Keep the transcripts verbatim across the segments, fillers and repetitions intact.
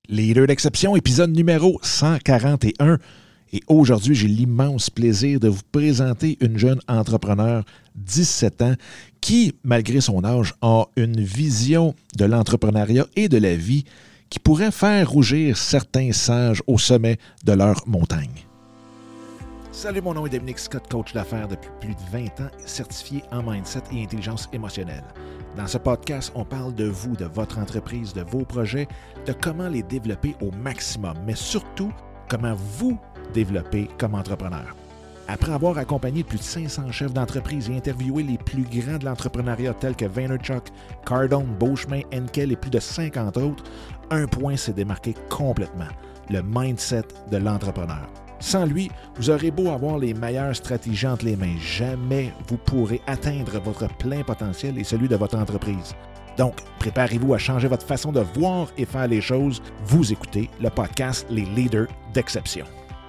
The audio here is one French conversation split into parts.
Leader d'exception, épisode numéro cent quarante et un. Et aujourd'hui, j'ai l'immense plaisir de vous présenter une jeune entrepreneur, dix-sept ans, qui, malgré son âge, a une vision de l'entrepreneuriat et de la vie qui pourrait faire rougir certains sages au sommet de leur montagne. Salut, mon nom est Dominique Scott, coach d'affaires depuis plus de vingt ans, certifié en mindset et intelligence émotionnelle. Dans ce podcast, on parle de vous, de votre entreprise, de vos projets, de comment les développer au maximum, mais surtout, comment vous développer comme entrepreneur. Après avoir accompagné plus de cinq cents chefs d'entreprise et interviewé les plus grands de l'entrepreneuriat tels que Vaynerchuk, Cardone, Beauchemin, Henkel et plus de cinquante autres, un point s'est démarqué complètement, le mindset de l'entrepreneur. Sans lui, vous aurez beau avoir les meilleures stratégies entre les mains, jamais vous pourrez atteindre votre plein potentiel et celui de votre entreprise. Donc, préparez-vous à changer votre façon de voir et faire les choses. Vous écoutez le podcast Les Leaders d'Exception.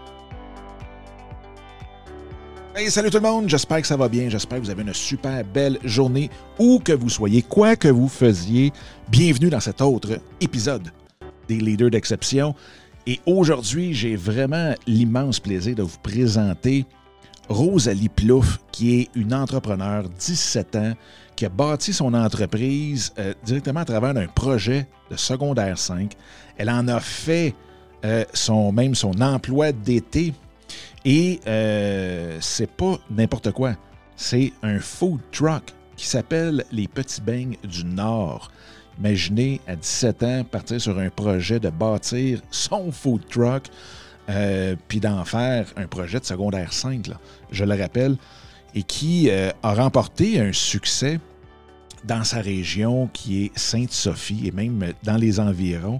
Hey, salut tout le monde, j'espère que ça va bien, j'espère que vous avez une super belle journée, où que vous soyez, quoi que vous faisiez. Bienvenue dans cet autre épisode des Leaders d'Exception. Et aujourd'hui, j'ai vraiment l'immense plaisir de vous présenter Rosalie Plouffe, qui est une entrepreneure, dix-sept ans, qui a bâti son entreprise euh, directement à travers un projet de secondaire cinq. Elle en a fait euh, son, même son emploi d'été. Et euh, c'est pas n'importe quoi. C'est un food truck qui s'appelle les Petits Beignes du Nord. Imaginez, à dix-sept ans, partir sur un projet de bâtir son food truck, euh, puis d'en faire un projet de secondaire cinq, là, je le rappelle, et qui euh, a remporté un succès dans sa région qui est Sainte-Sophie et même dans les environs.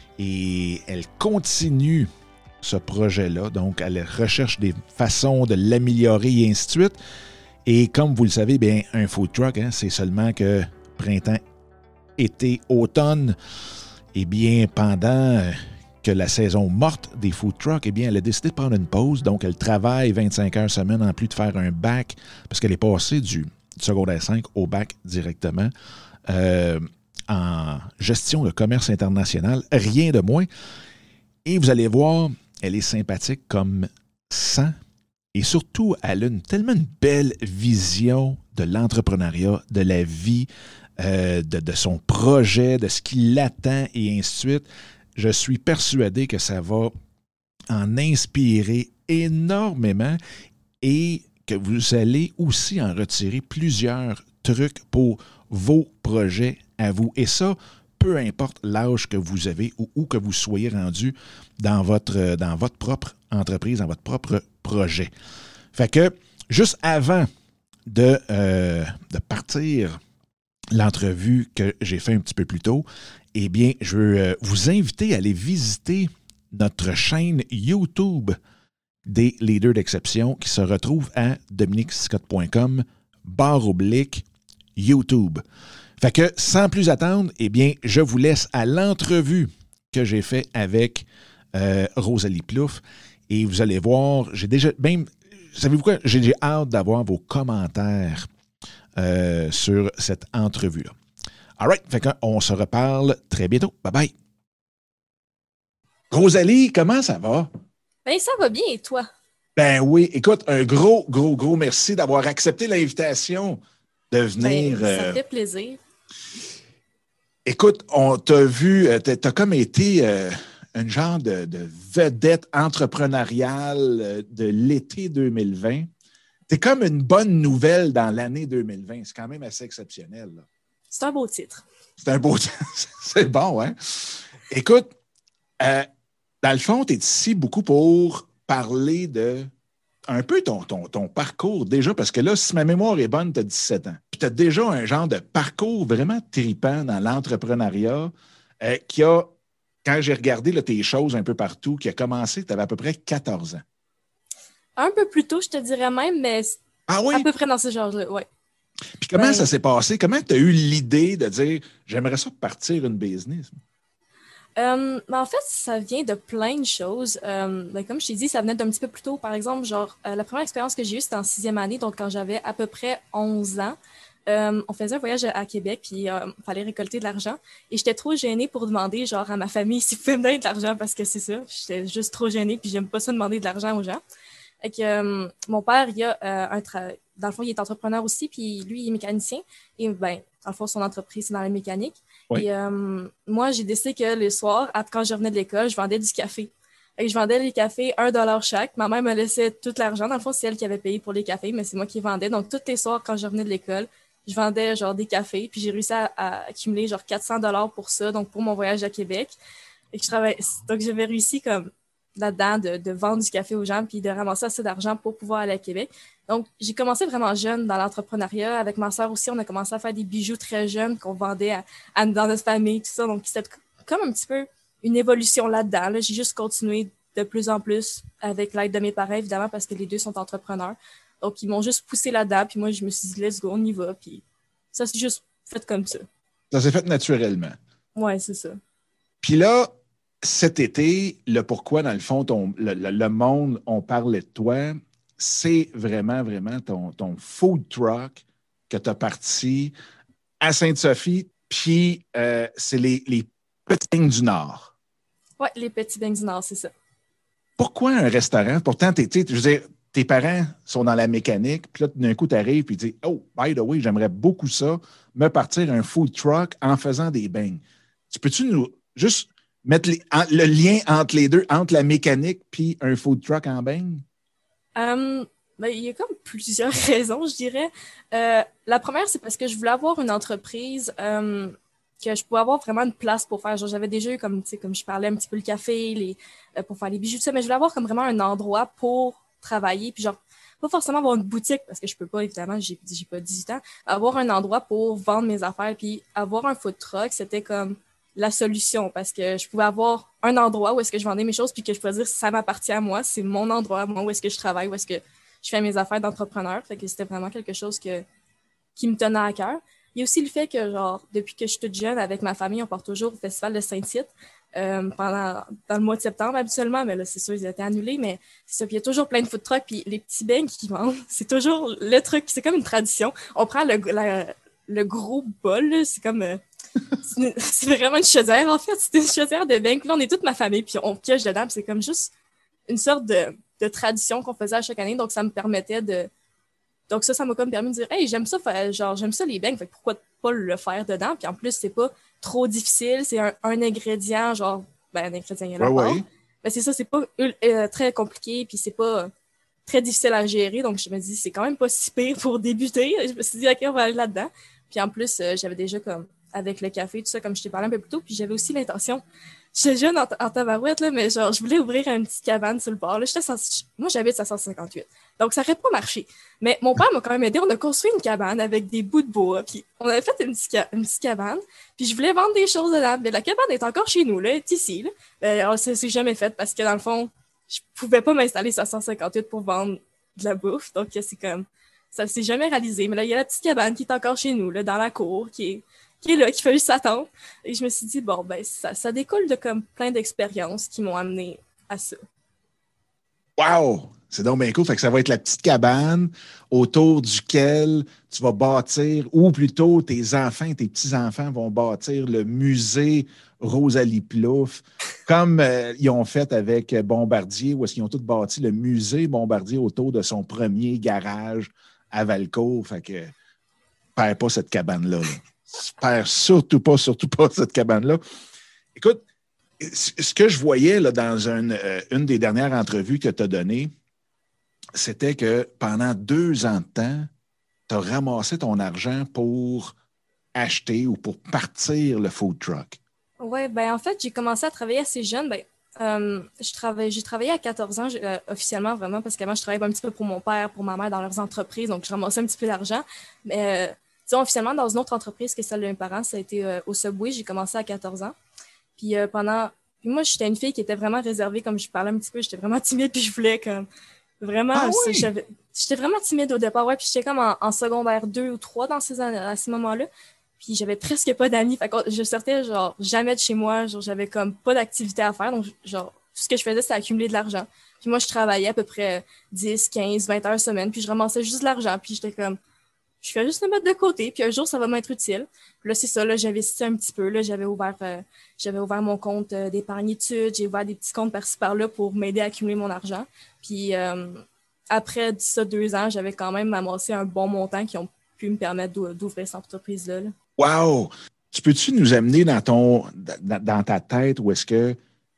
Et elle continue ce projet-là, donc elle recherche des façons de l'améliorer et ainsi de suite. Et comme vous le savez, bien, un food truck, hein, c'est seulement que printemps, été, automne, eh bien, pendant que la saison morte des food trucks, eh bien, elle a décidé de prendre une pause. Donc, elle travaille vingt-cinq heures semaine en plus de faire un bac, parce qu'elle est passée du, du secondaire cinq au bac directement, euh, en gestion de commerce international, rien de moins. Et vous allez voir, elle est sympathique comme cent. Et surtout, elle a une, tellement une belle vision de l'entrepreneuriat, de la vie, Euh, de, de son projet, de ce qui l'attend et ainsi de suite. Je suis persuadé que ça va en inspirer énormément et que vous allez aussi en retirer plusieurs trucs pour vos projets à vous. Et ça, peu importe l'âge que vous avez ou où que vous soyez rendu dans votre, dans votre propre entreprise, dans votre propre projet. Fait que, juste avant de, euh, de partir l'entrevue que j'ai fait un petit peu plus tôt, eh bien, je veux vous inviter à aller visiter notre chaîne YouTube des Leaders d'Exception qui se retrouve à dominique scott point com barre oblique YouTube. Fait que, sans plus attendre, eh bien, je vous laisse à l'entrevue que j'ai fait avec euh, Rosalie Plouffe et vous allez voir, j'ai déjà, même, savez-vous quoi, j'ai, j'ai hâte d'avoir vos commentaires Euh, sur cette entrevue-là. All right, fait qu'on se reparle très bientôt. Bye-bye. Rosalie, comment ça va? Ben, ça va bien, et toi? Ben oui, écoute, un gros, gros, gros merci d'avoir accepté l'invitation de venir. Ben, ça euh... me fait plaisir. Écoute, on t'a vu, t'as, t'as comme été euh, un genre de, de vedette entrepreneuriale de l'été deux mille vingt. C'est comme une bonne nouvelle dans l'année deux mille vingt. C'est quand même assez exceptionnel, là. C'est un beau titre. C'est un beau titre. C'est bon, hein? Écoute, euh, dans le fond, tu es ici beaucoup pour parler de un peu ton, ton, ton parcours déjà, parce que là, si ma mémoire est bonne, tu as dix-sept ans. Puis tu as déjà un genre de parcours vraiment tripant dans l'entrepreneuriat euh, qui a, quand j'ai regardé là, tes choses un peu partout, qui a commencé, tu avais à peu près quatorze ans. Un peu plus tôt, je te dirais même, mais ah oui? à peu près dans ce genre-là, oui. Puis comment ben, ça s'est passé? Comment tu as eu l'idée de dire « j'aimerais ça partir une business » ? Euh, ben en fait, ça vient de plein de choses. Euh, ben comme je t'ai dit, ça venait d'un petit peu plus tôt. Par exemple, genre, euh, la première expérience que j'ai eue, c'était en sixième année, donc quand j'avais à peu près onze ans. euh, on faisait un voyage à, à Québec, puis il euh, fallait récolter de l'argent. Et j'étais trop gênée pour demander, genre, à ma famille s'ils pouvaient me donner de l'argent, parce que c'est ça, j'étais juste trop gênée, puis j'aime pas ça demander de l'argent aux gens. Fait que euh, mon père, il a euh, un travail. Dans le fond, il est entrepreneur aussi, puis lui, il est mécanicien. Et ben, dans le fond, son entreprise, c'est dans la mécanique. Oui. Et euh, moi, j'ai décidé que le soir, quand je revenais de l'école, je vendais du café. Et je vendais les cafés un dollar chaque. Ma mère me laissait tout l'argent. Dans le fond, c'est elle qui avait payé pour les cafés, mais c'est moi qui vendais. Donc, tous les soirs, quand je revenais de l'école, je vendais genre des cafés. Puis j'ai réussi à, à accumuler genre quatre cents dollars pour ça, donc pour mon voyage à Québec. Et que je travaille... Donc, j'avais réussi comme là-dedans de, de vendre du café aux gens puis de ramasser assez d'argent pour pouvoir aller à Québec. Donc, j'ai commencé vraiment jeune dans l'entrepreneuriat. Avec ma sœur aussi, on a commencé à faire des bijoux très jeunes qu'on vendait à, à, dans notre famille, tout ça. Donc, c'était comme un petit peu une évolution là-dedans. Là. J'ai juste continué de plus en plus avec l'aide de mes parents, évidemment, parce que les deux sont entrepreneurs. Donc, ils m'ont juste poussé là-dedans. Puis moi, je me suis dit, let's go, on y va. Puis ça, c'est juste fait comme ça. Ça s'est fait naturellement. Ouais, c'est ça. Puis là, cet été, le pourquoi, dans le fond, ton, le, le monde, on parlait de toi, c'est vraiment, vraiment ton, ton food truck que tu as parti à Sainte-Sophie, puis euh, c'est les, les Petits Beignes du Nord. Oui, les Petits Beignes du Nord, c'est ça. Pourquoi un restaurant? Pourtant, t'es, je veux dire, tes parents sont dans la mécanique, puis là, d'un coup, tu arrives et tu dis « Oh, by the way, j'aimerais beaucoup ça, me partir un food truck en faisant des beignes. » Tu peux-tu nous juste mettre les, en, le lien entre les deux, entre la mécanique puis un food truck en beignes? Um, ben, il y a comme plusieurs raisons, je dirais. Euh, la première, c'est parce que je voulais avoir une entreprise um, que je pouvais avoir vraiment une place pour faire. Genre, j'avais déjà eu, comme, tu sais, comme je parlais un petit peu le café, les, euh, pour faire les bijoux, tout ça, mais je voulais avoir comme vraiment un endroit pour travailler, puis genre, pas forcément avoir une boutique, parce que je peux pas, évidemment, j'ai, j'ai pas dix-huit ans, avoir un endroit pour vendre mes affaires, puis avoir un food truck, c'était comme la solution, parce que je pouvais avoir un endroit où est-ce que je vendais mes choses, puis que je pouvais dire, ça m'appartient à moi, c'est mon endroit, moi, où est-ce que je travaille, où est-ce que je fais mes affaires d'entrepreneur, fait que c'était vraiment quelque chose que, qui me tenait à cœur. Il y a aussi le fait que, genre, depuis que je suis toute jeune, avec ma famille, on part toujours au Festival de Saint-Tite, euh, pendant, dans le mois de septembre habituellement, mais là, c'est sûr, ils ont été annulés, mais c'est ça, puis il y a toujours plein de food trucks, puis les petits beignes qu'ils vendent, c'est toujours le truc, c'est comme une tradition. On prend le, la, le gros bol, là, c'est comme... Euh, c'est, une, c'est vraiment une chaudière, en fait, c'est une chaudière de beignes, puis là, on est toute ma famille, puis on pioche dedans, puis c'est comme juste une sorte de, de tradition qu'on faisait à chaque année, donc ça me permettait de... Donc ça, ça m'a comme permis de dire « Hey, j'aime ça, genre, j'aime ça les beignes, fait que pourquoi pas le faire dedans? » Puis en plus, c'est pas trop difficile, c'est un, un ingrédient, genre, ben, un ingrédient, il y a la ouais, pâte. ouais. Mais c'est ça, c'est pas euh, très compliqué, puis c'est pas euh, très difficile à gérer, donc je me dis, c'est quand même pas si pire pour débuter. Je me suis dit, OK, on va aller là-dedans. Puis en plus, euh, j'avais déjà comme, avec le café, tout ça, comme je t'ai parlé un peu plus tôt, puis j'avais aussi l'intention... J'étais jeune en, en tabarouette, là, mais genre, je voulais ouvrir une petite cabane sur le bord. Là. Censé, moi, j'habite à cent cinquante-huit. Donc, ça n'aurait pas marché. Mais mon père m'a quand même aidé. On a construit une cabane avec des bouts de bois. Puis, on avait fait une petite, une petite cabane. Puis, je voulais vendre des choses dedans. Mais la cabane est encore chez nous, là. Elle est ici, là. Mais ça s'est jamais fait parce que, dans le fond, je pouvais pas m'installer sur cent cinquante-huit pour vendre de la bouffe. Donc, c'est comme... Ça s'est jamais réalisé. Mais là, il y a la petite cabane qui est encore chez nous, là, dans la cour, qui est... qui est là, qui fait juste s'attendre. Et je me suis dit, bon, ben, ça, ça découle de comme plein d'expériences qui m'ont amené à ça. Wow! C'est donc bien cool. Fait que ça va être la petite cabane autour duquel tu vas bâtir, ou plutôt tes enfants, tes petits-enfants vont bâtir le musée Rosalie Plouffe, comme euh, ils ont fait avec Bombardier, où est-ce qu'ils ont tous bâti le musée Bombardier autour de son premier garage à Valcourt. Fait que perds pas cette cabane-là. Là. Perds surtout pas, surtout pas cette cabane-là. Écoute, ce que je voyais là, dans une, euh, une des dernières entrevues que tu as données, c'était que pendant deux ans de temps, tu as ramassé ton argent pour acheter ou pour partir le food truck. Oui, ben en fait, j'ai commencé à travailler assez jeune. Ben, euh, je travaille, j'ai travaillé à quatorze ans, euh, officiellement, vraiment, parce qu'avant, je travaillais un petit peu pour mon père, pour ma mère dans leurs entreprises, donc je ramassais un petit peu d'argent. Mais, euh, disons, officiellement, dans une autre entreprise que celle de mes parents, ça a été euh, au Subway. J'ai commencé à quatorze ans. Puis euh, pendant... Puis moi, j'étais une fille qui était vraiment réservée, comme je parlais un petit peu, j'étais vraiment timide, puis je voulais comme... Vraiment, ah oui? j'avais... j'étais vraiment timide au départ, ouais, puis j'étais comme en, en secondaire deux ou trois dans ces années, à ce moment-là. Puis j'avais presque pas d'amis. Fait que je sortais genre jamais de chez moi. Genre j'avais comme pas d'activité à faire. Donc genre tout ce que je faisais, c'était accumuler de l'argent. Puis moi, je travaillais à peu près dix, quinze, vingt heures semaine. Puis je ramassais juste de l'argent. Puis j'étais comme je fais juste le mettre de côté, puis un jour, ça va m'être utile. Puis là, c'est ça, là, j'avais investi un petit peu, là, j'avais ouvert, euh, j'avais ouvert mon compte euh, d'épargne études, j'ai ouvert des petits comptes par-ci par-là pour m'aider à accumuler mon argent. Puis euh, après ça, deux ans, j'avais quand même amassé un bon montant qui ont pu me permettre d'ou- d'ouvrir cette entreprise-là. Là. Wow! Tu peux-tu nous amener dans ton dans, dans ta tête où est-ce que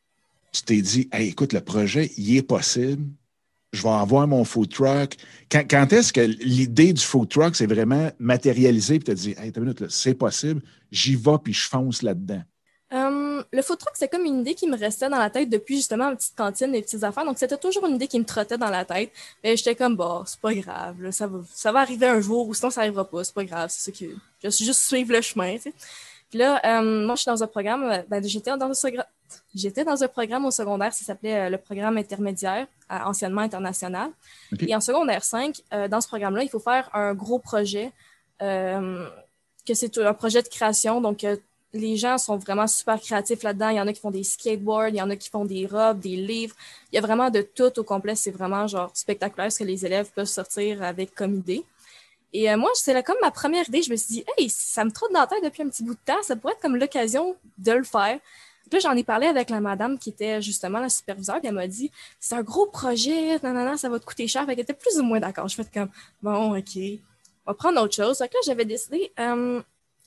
tu t'es dit, hey, écoute, le projet, il est possible. Je vais avoir mon food truck. Quand, quand est-ce que l'idée du food truck s'est vraiment matérialisée et tu as dit, hey, t'as une minute, là, c'est possible, j'y vais puis je fonce là-dedans? Um, le food truck, c'est comme une idée qui me restait dans la tête depuis justement ma petite cantine, les petites affaires. Donc, c'était toujours une idée qui me trottait dans la tête. Mais j'étais comme, bah, c'est pas grave, là, ça va, ça va arriver un jour ou sinon ça arrivera pas, c'est pas grave, c'est ça que je suis juste suivre le chemin, tu sais. Puis là, euh, moi, je suis dans un programme, ben, j'étais dans un, j'étais dans un programme au secondaire, ça s'appelait euh, le programme intermédiaire, euh, anciennement international. Okay. Et en secondaire cinq, euh, dans ce programme-là, il faut faire un gros projet, euh, que c'est un projet de création, donc euh, les gens sont vraiment super créatifs là-dedans. Il y en a qui font des skateboards, il y en a qui font des robes, des livres. Il y a vraiment de tout au complet. C'est vraiment genre spectaculaire ce que les élèves peuvent sortir avec comme idée. Et euh, moi, c'est là, comme ma première idée. Je me suis dit, hey, ça me trotte dans la tête depuis un petit bout de temps. Ça pourrait être comme l'occasion de le faire. Puis là, j'en ai parlé avec la madame qui était justement la superviseure. Puis elle m'a dit, c'est un gros projet, non, non, non, ça va te coûter cher. Fait qu'elle était plus ou moins d'accord. Je fais comme, bon, OK, on va prendre autre chose. Fait que là, j'avais décidé... Euh,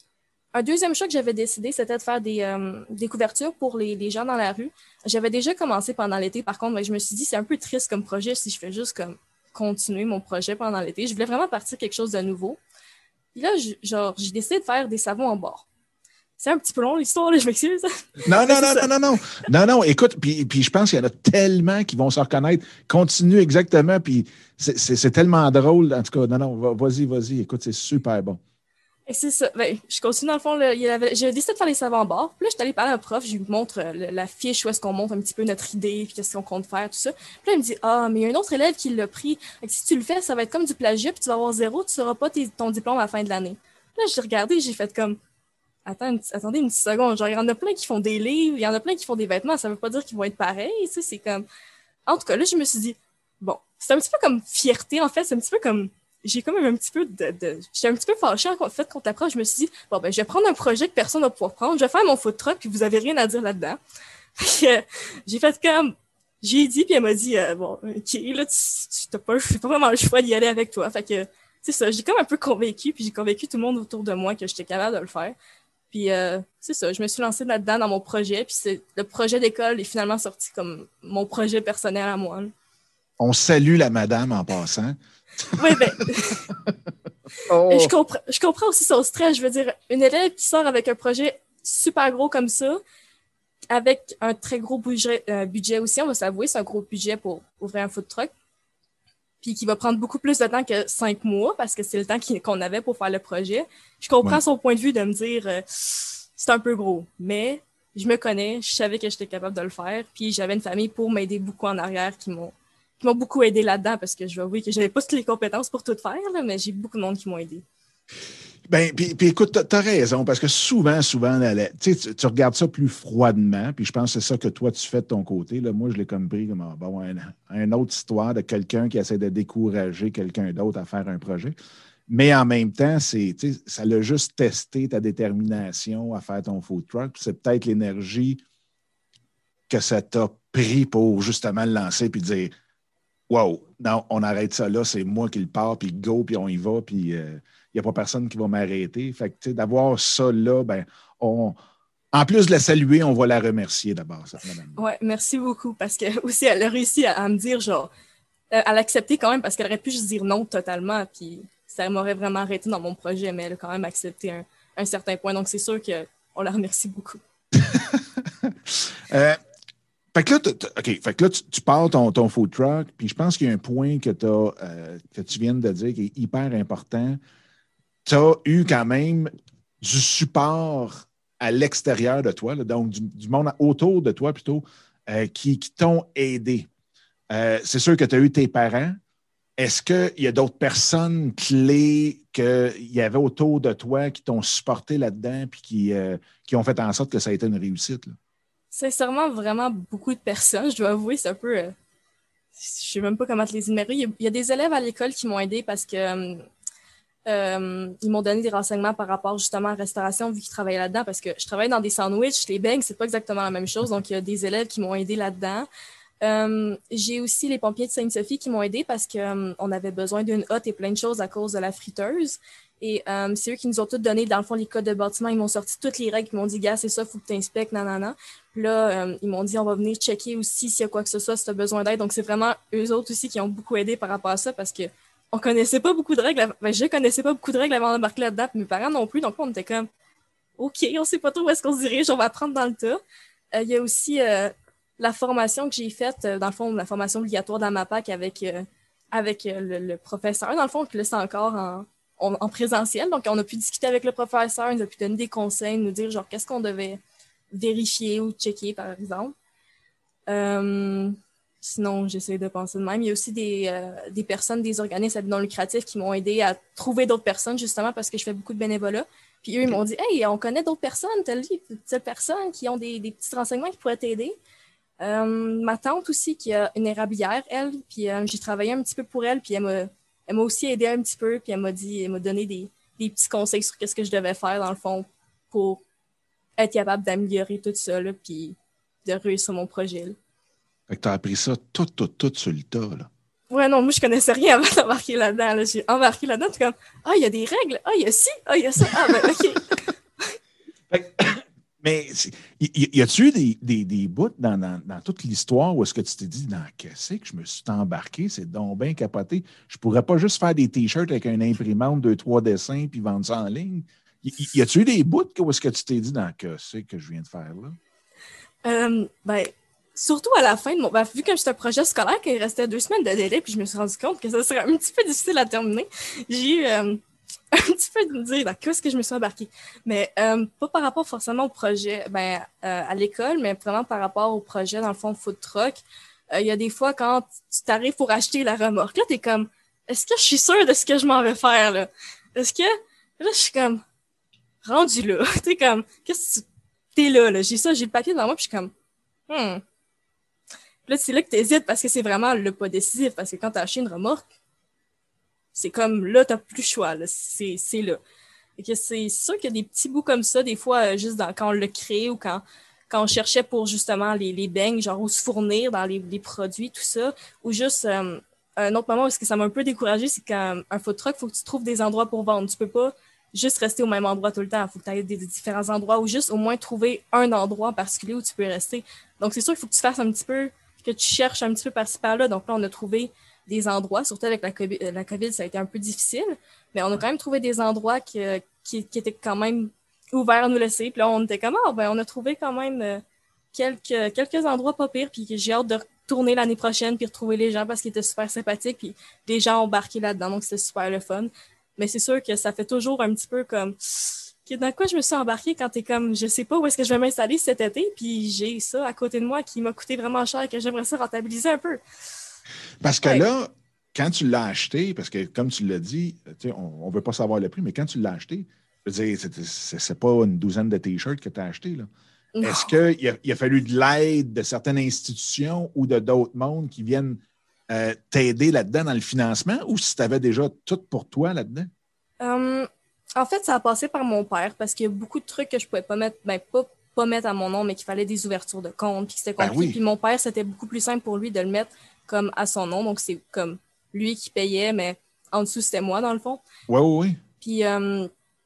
Un deuxième choix que j'avais décidé, c'était de faire des, euh, des couvertures pour les, les gens dans la rue. J'avais déjà commencé pendant l'été, par contre, mais je me suis dit, c'est un peu triste comme projet si je fais juste comme continuer mon projet pendant l'été. Je voulais vraiment partir quelque chose de nouveau. Puis là, je, genre, j'ai décidé de faire des savons en bord. C'est un petit peu long l'histoire, là, je m'excuse. Non, non, non, non, non, non. Non, non, écoute, puis, puis je pense qu'il y en a tellement qui vont se reconnaître. Continue exactement, puis c'est, c'est, c'est tellement drôle. En tout cas, non, non, vas-y, vas-y. Écoute, c'est super bon. Et c'est ça. Ben, je continue dans le fond. Là, il avait, j'ai décidé de faire les savants en bord. Puis là, je suis allée parler à un prof. Je lui montre euh, la fiche où est-ce qu'on montre un petit peu notre idée, puis qu'est-ce qu'on compte faire, tout ça. Puis là, il me dit, ah, mais il y a un autre élève qui l'a pris. Fait que si tu le fais, ça va être comme du plagiat, puis tu vas avoir zéro, tu n'auras pas tes, ton diplôme à la fin de l'année. Là, j'ai regardé, j'ai fait comme, Attends, une, attendez une petite seconde. Genre, il y en a plein qui font des livres, il y en a plein qui font des vêtements. Ça veut pas dire qu'ils vont être pareils. Tu sais, c'est comme. En tout cas, là, je me suis dit, bon, c'est un petit peu comme fierté, en fait. C'est un petit peu comme. J'ai quand même un petit peu de. de... J'étais un petit peu fâchée en fait contre la prof. Je me suis dit, bon, ben, je vais prendre un projet que personne ne va pouvoir prendre. Je vais faire mon food truck, puis vous avez rien à dire là-dedans. Puis, euh, j'ai fait comme. J'ai dit, puis elle m'a dit, euh, bon, OK, là, tu, tu t'as pas, pas vraiment le choix d'y aller avec toi. Fait que, c'est ça. J'ai comme un peu convaincu, puis j'ai convaincu tout le monde autour de moi que j'étais capable de le faire. Puis euh, c'est ça, je me suis lancée là-dedans dans mon projet. Puis c'est, le projet d'école est finalement sorti comme mon projet personnel à moi. On salue la madame en passant. Oui, bien. oh. je, comprends, je comprends aussi son stress. Je veux dire, une élève qui sort avec un projet super gros comme ça, avec un très gros budget, euh, budget aussi, on va s'avouer, c'est un gros budget pour ouvrir un food truck. Puis qui va prendre beaucoup plus de temps que cinq mois, parce que c'est le temps qu'on avait pour faire le projet. Je comprends ouais. son point de vue de me dire euh, c'est un peu gros, mais je me connais, je savais que j'étais capable de le faire, puis j'avais une famille pour m'aider beaucoup en arrière qui m'ont qui m'ont beaucoup aidé là-dedans, parce que je vais avouer que j'avais pas toutes les compétences pour tout faire, là, mais j'ai beaucoup de monde qui m'ont aidé. Ben, puis, puis écoute, t'as, t'as raison, parce que souvent, souvent, tu, tu, tu regardes ça plus froidement, puis je pense que c'est ça que toi, tu fais de ton côté. Là. Moi, je l'ai comme pris comme bon, un, une autre histoire de quelqu'un qui essaie de décourager quelqu'un d'autre à faire un projet. Mais en même temps, c'est, ça l'a juste testé ta détermination à faire ton food truck. Puis c'est peut-être l'énergie que ça t'a pris pour justement le lancer puis dire wow, non, on arrête ça là, c'est moi qui le pars, puis go, puis on y va, puis il euh, n'y a pas personne qui va m'arrêter. Fait que, tu sais, d'avoir ça là, ben, on, en plus de la saluer, on va la remercier d'abord, cette madame. Oui, merci beaucoup, parce que aussi, elle a réussi à, à me dire, genre, à l'accepter quand même, parce qu'elle aurait pu juste dire non totalement, puis ça m'aurait vraiment arrêté dans mon projet, mais elle a quand même accepté un, un certain point. Donc, c'est sûr qu'on la remercie beaucoup. euh, Fait que là, OK, fait que là tu, tu pars ton, ton food truck, puis je pense qu'il y a un point que, euh, que tu viens de dire qui est hyper important. Tu as eu quand même du support à l'extérieur de toi, là, donc du, du monde autour de toi plutôt, euh, qui, qui t'ont aidé. Euh, c'est sûr que tu as eu tes parents. Est-ce qu'il y a d'autres personnes clés qu'il y avait autour de toi qui t'ont supporté là-dedans puis qui, euh, qui ont fait en sorte que ça a été une réussite, là? Sincèrement, vraiment beaucoup de personnes. Je dois avouer, c'est un peu... Euh, je sais même pas comment te les énumérer. Il y, a, il y a des élèves à l'école qui m'ont aidé parce que... Euh, Euh, ils m'ont donné des renseignements par rapport justement à la restauration vu qu'ils travaillaient là-dedans parce que je travaille dans des sandwichs, les beignes, c'est pas exactement la même chose. Donc, il y a des élèves qui m'ont aidé là-dedans. Euh, j'ai aussi les pompiers de Sainte-Sophie qui m'ont aidé parce que euh, on avait besoin d'une hotte et plein de choses à cause de la friteuse. Et euh, c'est eux qui nous ont tous donné, dans le fond, les codes de bâtiment. Ils m'ont sorti toutes les règles. Ils m'ont dit, gars, c'est ça, faut que tu inspectes, nanana. Puis là, euh, ils m'ont dit, on va venir checker aussi s'il y a quoi que ce soit, si tu as besoin d'aide. Donc, c'est vraiment eux autres aussi qui ont beaucoup aidé par rapport à ça parce que on connaissait pas beaucoup de règles. Ben, je connaissais pas beaucoup de règles avant d'embarquer là-dedans, puis mes parents non plus. Donc, on était comme, OK, on sait pas trop où est-ce qu'on se dirige, on va apprendre dans le tas. Euh, Il y a aussi euh, la formation que j'ai faite, euh, dans le fond, la formation obligatoire de la MAPAC avec, euh, avec euh, le, le professeur. Dans le fond, que là, c'est encore en, en, en présentiel. Donc, on a pu discuter avec le professeur, il nous a pu donner des conseils, nous dire, genre, qu'est-ce qu'on devait vérifier ou checker, par exemple. Euh, sinon, j'essaie de penser de même. Il y a aussi des, euh, des personnes, des organismes non lucratifs qui m'ont aidé à trouver d'autres personnes, justement, parce que je fais beaucoup de bénévolat. Puis eux, ils m'ont dit, hey, on connaît d'autres personnes, telle, telle personne qui ont des, des petits renseignements qui pourraient t'aider. Euh, ma tante aussi, qui a une érablière, elle, puis euh, j'ai travaillé un petit peu pour elle, puis elle m'a, elle m'a aussi aidé un petit peu, puis elle m'a dit, elle m'a donné des, des petits conseils sur qu'est-ce que je devais faire, dans le fond, pour être capable d'améliorer tout ça, là, puis de réussir mon projet. Là. Fait que tu as appris ça tout, tout, tout sur le tas, là. Ouais, non, moi, je connaissais rien avant d'embarquer là-dedans. Là. J'ai embarqué là-dedans, puis comme, ah, il y a des règles, ah, il y a ci, ah, il y a ça, ah, ben, OK. Fait que, mais y, y a-tu eu des, des, des bouts dans, dans, dans toute l'histoire où est-ce que tu t'es dit, dans qu'est-ce que je me suis embarqué, c'est donc bien capoté. Je pourrais pas juste faire des t-shirts avec une imprimante, deux, trois dessins, puis vendre ça en ligne. Y, y a-tu eu des bouts où est-ce que tu t'es dit, dans qu'est-ce que je viens de faire là? Euh, ben, surtout à la fin de mon... Ben, vu que c'était un projet scolaire, qu'il restait deux semaines de délai, puis je me suis rendu compte que ça serait un petit peu difficile à terminer, j'ai eu euh, un petit peu de me dire dans qu'est-ce que je me suis embarquée. Mais euh, pas par rapport forcément au projet, ben, euh, à l'école, mais vraiment par rapport au projet, dans le fond, food truck. Il euh, y a des fois, quand tu t'arrives pour acheter la remorque, là, t'es comme, est-ce que je suis sûre de ce que je m'en vais faire, là? Est-ce que... Là, je suis comme, rendu là. T'es comme, qu'est-ce que tu... T'es là, là. J'ai ça, j'ai le papier devant moi, puis je suis comme, hmm. Puis là, c'est là que t'hésites parce que c'est vraiment le pas décisif. Parce que quand t'as acheté une remorque, c'est comme là, t'as plus le choix. Là. C'est, c'est là. Et que c'est sûr qu'il y a des petits bouts comme ça, des fois, juste dans, quand on l'a créé ou quand, quand on cherchait pour justement les, les beignes, genre où se fournir dans les, les produits, tout ça. Ou juste euh, un autre moment où ce que ça m'a un peu découragé, c'est qu'un un food truck, il faut que tu trouves des endroits pour vendre. Tu peux pas juste rester au même endroit tout le temps. Il faut que tu ailles des, des différents endroits ou juste au moins trouver un endroit en particulier où tu peux rester. Donc, c'est sûr qu'il faut que tu fasses un petit peu, que tu cherches un petit peu par-ci par-là. Donc là, on a trouvé des endroits, surtout avec la COVID, la COVID, ça a été un peu difficile, mais on a quand même trouvé des endroits qui, qui, qui étaient quand même ouverts à nous laisser. Puis là, on était comme, ah, oh, ben, on a trouvé quand même quelques, quelques endroits pas pires, puis j'ai hâte de retourner l'année prochaine puis retrouver les gens parce qu'ils étaient super sympathiques, puis les gens ont embarqué là-dedans, donc c'était super le fun. Mais c'est sûr que ça fait toujours un petit peu comme dans quoi je me suis embarquée quand t'es comme je sais pas où est-ce que je vais m'installer cet été, puis j'ai ça à côté de moi qui m'a coûté vraiment cher et que j'aimerais ça rentabiliser un peu. Parce que ouais. Là, quand tu l'as acheté, parce que comme tu l'as dit, on ne veut pas savoir le prix, mais quand tu l'as acheté, je veux dire, c'est, c'est, c'est pas une douzaine de t-shirts que tu as acheté, là. Non. Est-ce qu'il a, il a fallu de l'aide de certaines institutions ou de d'autres mondes qui viennent euh, t'aider là-dedans dans le financement, ou si tu avais déjà tout pour toi là-dedans? Um, en fait, ça a passé par mon père parce qu'il y a beaucoup de trucs que je pouvais pas mettre, ben pas, pas mettre à mon nom, mais qu'il fallait des ouvertures de compte, puis c'était compliqué. Ben oui. Puis mon père, c'était beaucoup plus simple pour lui de le mettre comme à son nom, donc c'est comme lui qui payait, mais en dessous, c'était moi, dans le fond. Oui, oui, oui. Puis, um,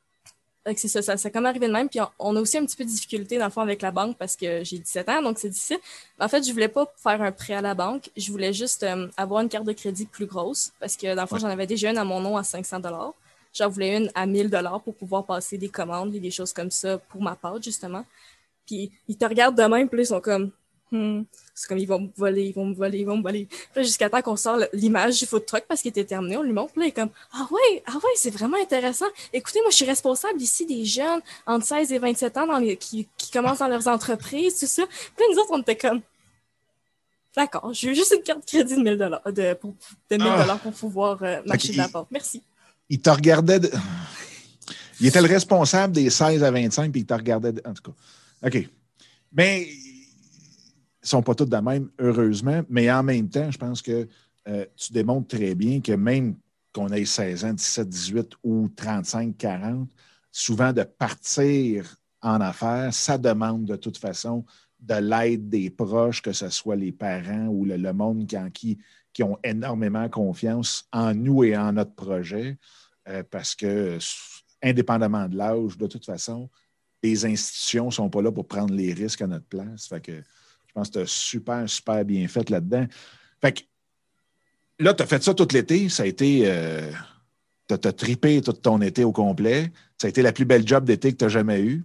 c'est ça, ça, ça comme arrivé de même. Puis, on, on a aussi un petit peu de difficulté, dans le fond, avec la banque parce que j'ai dix-sept ans, donc c'est difficile. En fait, je voulais pas faire un prêt à la banque. Je voulais juste um, avoir une carte de crédit plus grosse parce que, dans le fond, ouais. J'en avais déjà une à mon nom à cinq cents dollars. J'en voulais une à mille dollars pour pouvoir passer des commandes et des choses comme ça pour ma part, justement. Puis, ils te regardent de même, puis ils sont comme... Hmm. C'est comme, ils vont me voler, ils vont me voler, ils vont me voler. Puis là, jusqu'à temps qu'on sort l'image du food truck parce qu'il était terminé, on lui montre, puis là, il est comme, ah ouais, ah ouais, c'est vraiment intéressant. Écoutez, moi, je suis responsable ici des jeunes entre seize et vingt-sept ans dans les, qui, qui commencent dans leurs entreprises, tout ça. Puis là, nous autres, on était comme, d'accord, je veux juste une carte de crédit de mille dollars, de, pour, de mille dollars pour pouvoir euh, marcher de la porte. Merci. Il te regardait, de... il était le responsable des seize à vingt-cinq, puis il te regardait, de... en tout cas. OK. Mais... Ils ne sont pas tous de même, heureusement, mais en même temps, je pense que euh, tu démontres très bien que même qu'on ait seize ans, dix-sept, dix-huit ou trente-cinq, quarante, souvent de partir en affaires, ça demande de toute façon de l'aide des proches, que ce soit les parents ou le, le monde qui, en qui, qui ont énormément confiance en nous et en notre projet, euh, parce que, indépendamment de l'âge, de toute façon, les institutions ne sont pas là pour prendre les risques à notre place. Fait que je pense que tu as super, super bien fait là-dedans. Fait que là, tu as fait ça tout l'été. Ça a été... Euh, tu as trippé tout ton été au complet. Ça a été la plus belle job d'été que tu as jamais eue.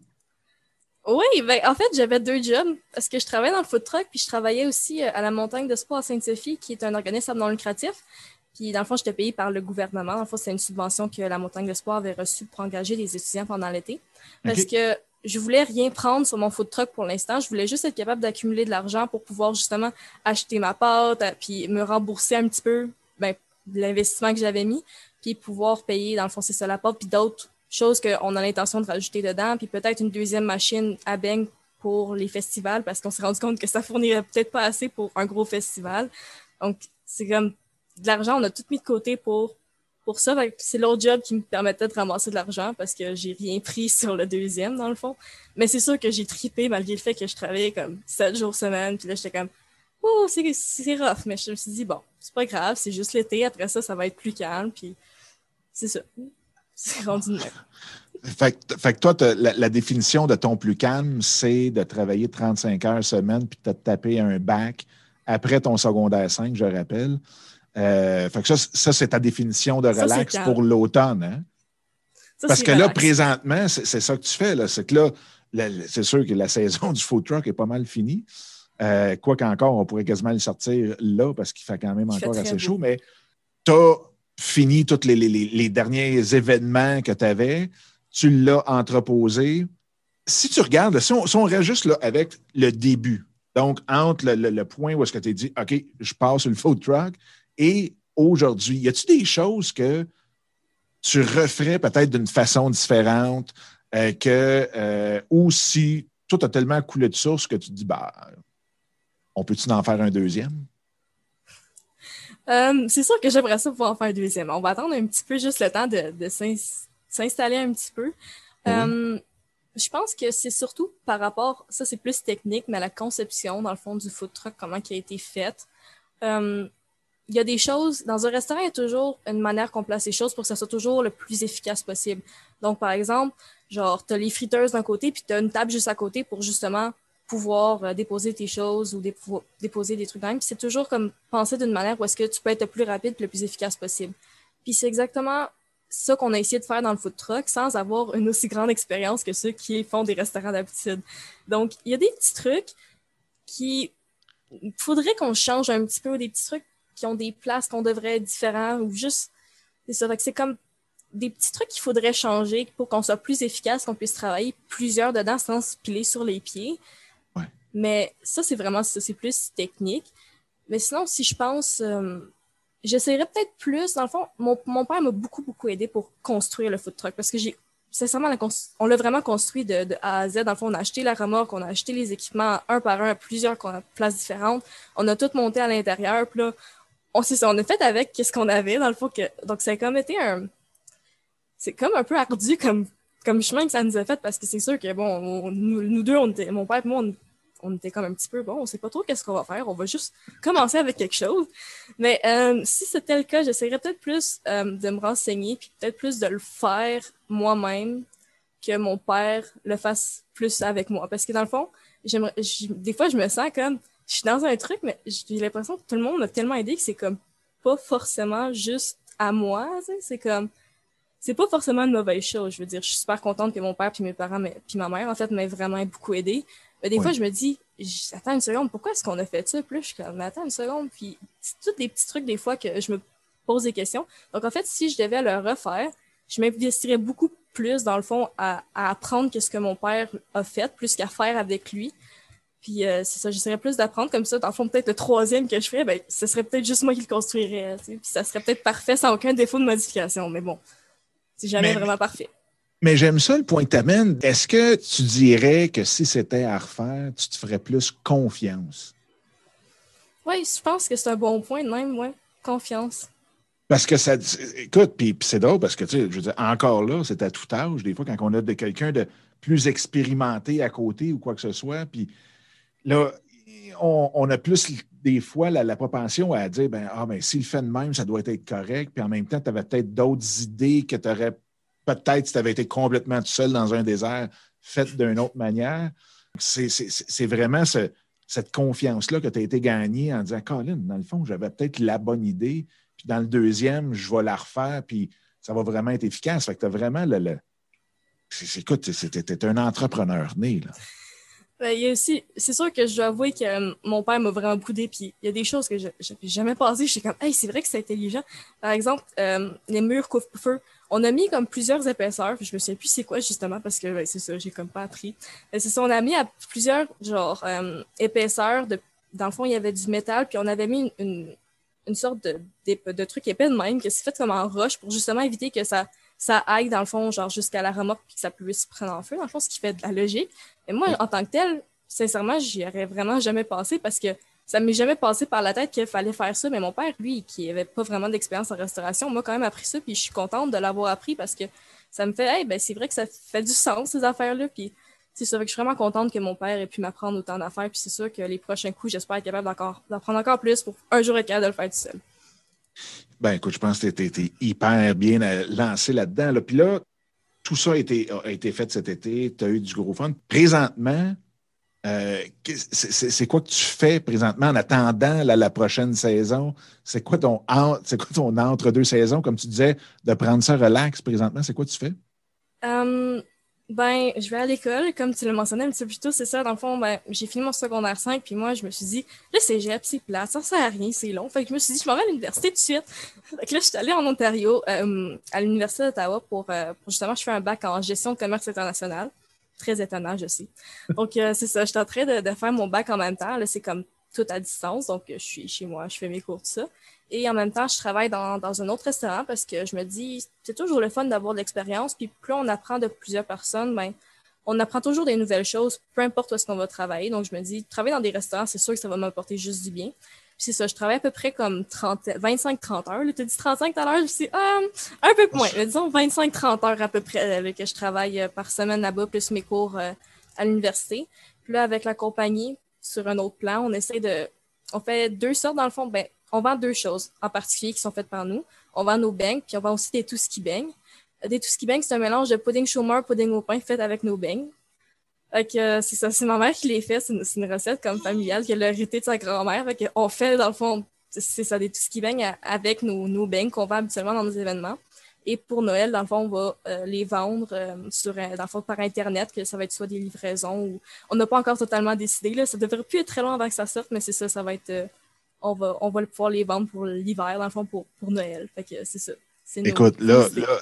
Oui, ben, en fait, j'avais deux jobs parce que je travaillais dans le food truck puis je travaillais aussi à la montagne de sport à Sainte-Sophie, qui est un organisme non lucratif. Puis, dans le fond, j'étais payée par le gouvernement. Dans le fond, c'est une subvention que la montagne de sport avait reçue pour engager des étudiants pendant l'été. Parce okay. que je voulais rien prendre sur mon food truck pour l'instant. Je voulais juste être capable d'accumuler de l'argent pour pouvoir justement acheter ma pâte, puis me rembourser un petit peu ben, de l'investissement que j'avais mis, puis pouvoir payer, dans le fond, c'est ça, la pâte, puis d'autres choses qu'on a l'intention de rajouter dedans, puis peut-être une deuxième machine à beigne pour les festivals, parce qu'on s'est rendu compte que ça fournirait peut-être pas assez pour un gros festival. Donc, c'est comme de l'argent, on a tout mis de côté pour, pour ça. C'est l'autre job qui me permettait de ramasser de l'argent parce que j'ai rien pris sur le deuxième, dans le fond. Mais c'est sûr que j'ai trippé malgré le fait que je travaillais comme sept jours semaine. Puis là, j'étais comme, oh, c'est, c'est rough. Mais je me suis dit, bon, c'est pas grave, c'est juste l'été. Après ça, ça va être plus calme. Puis c'est ça. C'est rendu de même. Fait que, fait que toi, la, la définition de ton plus calme, c'est de travailler trente-cinq heures semaine puis de te taper un bac après ton secondaire cinq, je rappelle. Euh, fait que ça, ça, c'est ta définition de relax ça, pour l'automne. Hein? Ça, Parce que relax. Là, présentement, c'est, c'est ça que tu fais. Là. C'est que là, la, c'est sûr que la saison du food truck est pas mal finie. Euh, quoi qu'encore, on pourrait quasiment le sortir là parce qu'il fait quand même Il encore assez beau. chaud. Mais tu as fini tous les, les, les derniers événements que tu avais. Tu l'as entreposé. Si tu regardes, si on, si on reste juste là avec le début, donc entre le, le, le point où est-ce que tu as dit, OK, je passe sur le food truck, et aujourd'hui, y a-t-il des choses que tu referais peut-être d'une façon différente euh, que, euh, ou si toi, tu as tellement coulé de source que tu te dis, bah, on peut-tu en faire un deuxième? Um, c'est sûr que j'aimerais ça pouvoir en faire un deuxième. On va attendre un petit peu juste le temps de, de s'installer un petit peu. Oui. Um, je pense que c'est surtout par rapport, ça c'est plus technique, mais à la conception, dans le fond, du food truck, comment il a été faite. Um, Il y a des choses, dans un restaurant, il y a toujours une manière qu'on place les choses pour que ça soit toujours le plus efficace possible. Donc, par exemple, genre, t'as les friteuses d'un côté, puis t'as une table juste à côté pour justement pouvoir euh, déposer tes choses ou dé- déposer des trucs dans même. Puis c'est toujours comme penser d'une manière où est-ce que tu peux être le plus rapide et le plus efficace possible. Puis c'est exactement ça qu'on a essayé de faire dans le food truck sans avoir une aussi grande expérience que ceux qui font des restaurants d'habitude. Donc, il y a des petits trucs qui... Il faudrait qu'on change un petit peu, des petits trucs qui ont des places qu'on devrait être différents ou juste... C'est ça, c'est comme des petits trucs qu'il faudrait changer pour qu'on soit plus efficace, qu'on puisse travailler plusieurs dedans sans se piler sur les pieds. Ouais. Mais ça, c'est vraiment ça, c'est plus technique. Mais sinon, si je pense... Euh, j'essaierais peut-être plus... Dans le fond, mon, mon père m'a beaucoup, beaucoup aidé pour construire le food truck parce que j'ai... Sincèrement, on l'a vraiment construit de, de A à Z. Dans le fond, on a acheté la remorque, on a acheté les équipements un par un à plusieurs places différentes. On a tout monté à l'intérieur. Puis là, on, c'est ça, on a fait avec qu'est-ce qu'on avait, dans le fond. Que, donc, ça a comme été un... C'est comme un peu ardu comme, comme chemin que ça nous a fait parce que c'est sûr que, bon, on, nous, nous deux, on était, mon père et moi, on, on était comme un petit peu, bon, on sait pas trop qu'est-ce qu'on va faire. On va juste commencer avec quelque chose. Mais euh, si c'était le cas, j'essaierais peut-être plus euh, de me renseigner puis peut-être plus de le faire moi-même que mon père le fasse plus avec moi. Parce que dans le fond, j'aimerais, des fois, je me sens comme... Je suis dans un truc, mais j'ai l'impression que tout le monde m'a tellement aidé que c'est comme pas forcément juste à moi, tu sais, c'est comme... C'est pas forcément une mauvaise chose, je veux dire. Je suis super contente que mon père puis mes parents, puis ma mère, en fait, m'aient vraiment beaucoup aidé. Mais des oui. fois, je me dis, attends une seconde, pourquoi est-ce qu'on a fait ça? Puis là, je suis comme, attends une seconde, puis c'est tous des petits trucs, des fois, que je me pose des questions. Donc, en fait, si je devais le refaire, je m'investirais beaucoup plus, dans le fond, à, à apprendre qu'est-ce que mon père a fait, plus qu'à faire avec lui. Puis euh, c'est ça, j'essaierais plus d'apprendre comme ça. Dans le fond, peut-être le troisième que je ferais, ben, ce serait peut-être juste moi qui le construirais. Tu sais, puis ça serait peut-être parfait sans aucun défaut de modification. Mais bon, c'est jamais mais, vraiment parfait. Mais j'aime ça le point que tu amènes. Est-ce que tu dirais que si c'était à refaire, tu te ferais plus confiance? Oui, je pense que c'est un bon point de même, ouais. Confiance. Parce que ça. Écoute, puis c'est drôle parce que, tu sais, je veux dire, encore là, c'est à tout âge. Des fois, quand on a de quelqu'un de plus expérimenté à côté ou quoi que ce soit, puis là, on, on a plus des fois la, la propension à dire ben, ah, ben, s'il fait de même, ça doit être correct. Puis en même temps, tu avais peut-être d'autres idées que tu aurais peut-être si tu avais été complètement tout seul dans un désert, faites d'une autre manière. C'est, c'est, c'est vraiment ce, cette confiance-là que tu as été gagnée en disant Colin, dans le fond, j'avais peut-être la bonne idée. Puis dans le deuxième, je vais la refaire, puis ça va vraiment être efficace. Fait que tu as vraiment le. le c'est, écoute, tu es un entrepreneur né, là. Ben, il y a aussi, c'est sûr que je dois avouer que euh, mon père m'a vraiment boudé, puis il y a des choses que je n'avais jamais pensé. Je suis comme, hey, c'est vrai que c'est intelligent. Par exemple, euh, les murs couvre-feu. On a mis comme plusieurs épaisseurs, puis je me souviens plus c'est quoi justement, parce que ben, c'est ça, j'ai comme pas appris. Euh, c'est ça, on a mis à plusieurs genre euh, épaisseurs. De, dans le fond, il y avait du métal, puis on avait mis une, une, une sorte de, de, de truc épais de même, que c'est fait comme en roche pour justement éviter que ça ça aille, dans le fond, genre jusqu'à la remorque puis que ça puisse prendre en feu, dans le fond, ce qui fait de la logique. Et moi, en tant que tel, sincèrement, j'y aurais vraiment jamais pensé parce que ça m'est jamais passé par la tête qu'il fallait faire ça. Mais mon père, lui, qui avait pas vraiment d'expérience en restauration, m'a quand même appris ça, puis je suis contente de l'avoir appris parce que ça me fait, hey, ben c'est vrai que ça fait du sens, ces affaires-là, puis c'est ça, fait que je suis vraiment contente que mon père ait pu m'apprendre autant d'affaires, puis c'est sûr que les prochains coups, j'espère être capable d'encore, d'en prendre encore plus pour un jour être capable de le faire tout seul. Ben, écoute, je pense que tu étais hyper bien lancé là-dedans. Là. Puis là, tout ça a été, a été fait cet été. Tu as eu du gros fun. Présentement, euh, c'est, c'est quoi que tu fais présentement en attendant la, la prochaine saison? C'est quoi ton, c'est quoi ton entre-deux saisons, comme tu disais, de prendre ça relax présentement? C'est quoi que tu fais? Um, ben, je vais à l'école, comme tu l'as mentionné un petit peu plus tôt, c'est ça. Dans le fond, ben, j'ai fini mon secondaire cinq, puis moi, je me suis dit, le cégep, c'est plat, ça sert à rien, c'est long. Fait que je me suis dit, je m'en vais à l'université tout de suite. Fait que là, je suis allée en Ontario, euh, à l'Université d'Ottawa pour, euh, pour justement, je fais un bac en gestion de commerce international. Très étonnant, je sais. Donc, euh, c'est ça, je suis en train de, de faire mon bac en même temps. Là, c'est comme tout à distance, donc je suis chez moi, je fais mes cours, tout ça. Et en même temps, je travaille dans, dans un autre restaurant parce que je me dis, c'est toujours le fun d'avoir de l'expérience. Puis plus on apprend de plusieurs personnes, ben, on apprend toujours des nouvelles choses, peu importe où est-ce qu'on va travailler. Donc, je me dis, travailler dans des restaurants, c'est sûr que ça va m'apporter juste du bien. Puis c'est ça, je travaille à peu près comme trente, vingt-cinq trente heures. Tu as dit trente-cinq tout à l'heure, je me suis dit, euh, un peu moins. Mais disons vingt-cinq trente heures à peu près là, que je travaille par semaine là-bas, plus mes cours euh, à l'université. Puis là, avec la compagnie, sur un autre plan, on essaie de... On fait deux sortes, dans le fond. Ben, on vend deux choses en particulier qui sont faites par nous. On vend nos beignes, puis on vend aussi des tout ski beignes. Des tout ski beignes, c'est un mélange de pudding chômeur, pudding au pain fait avec nos beignes. Fait que euh, c'est ça, c'est ma mère qui les fait. C'est une, c'est une recette comme familiale qu'elle a héritée de sa grand-mère. Fait qu'on fait, dans le fond, c'est ça, des tout ski beignes avec nos, nos beignes qu'on vend habituellement dans nos événements. Et pour Noël, dans le fond, on va euh, les vendre euh, sur, dans le fond, par Internet, que ça va être soit des livraisons ou... On n'a pas encore totalement décidé, là. Ça devrait plus être très long avant que ça sorte, mais c'est ça, ça va être... Euh, on va, on va pouvoir les vendre pour l'hiver, dans le fond, pour, pour Noël. Fait que c'est ça. C'est Écoute, là, là,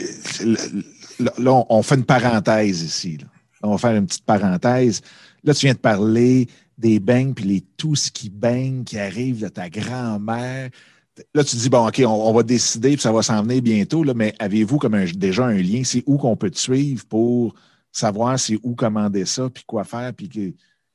là, là, on fait une parenthèse ici. Là. On va faire une petite parenthèse. Là, tu viens de parler des beignes puis les tout ski beignes qui arrivent de ta grand-mère. Là, tu te dis, bon, OK, on, on va décider puis ça va s'en venir bientôt, là, mais avez-vous comme un, déjà un lien? C'est où qu'on peut te suivre pour savoir c'est où commander ça puis quoi faire? Puis que...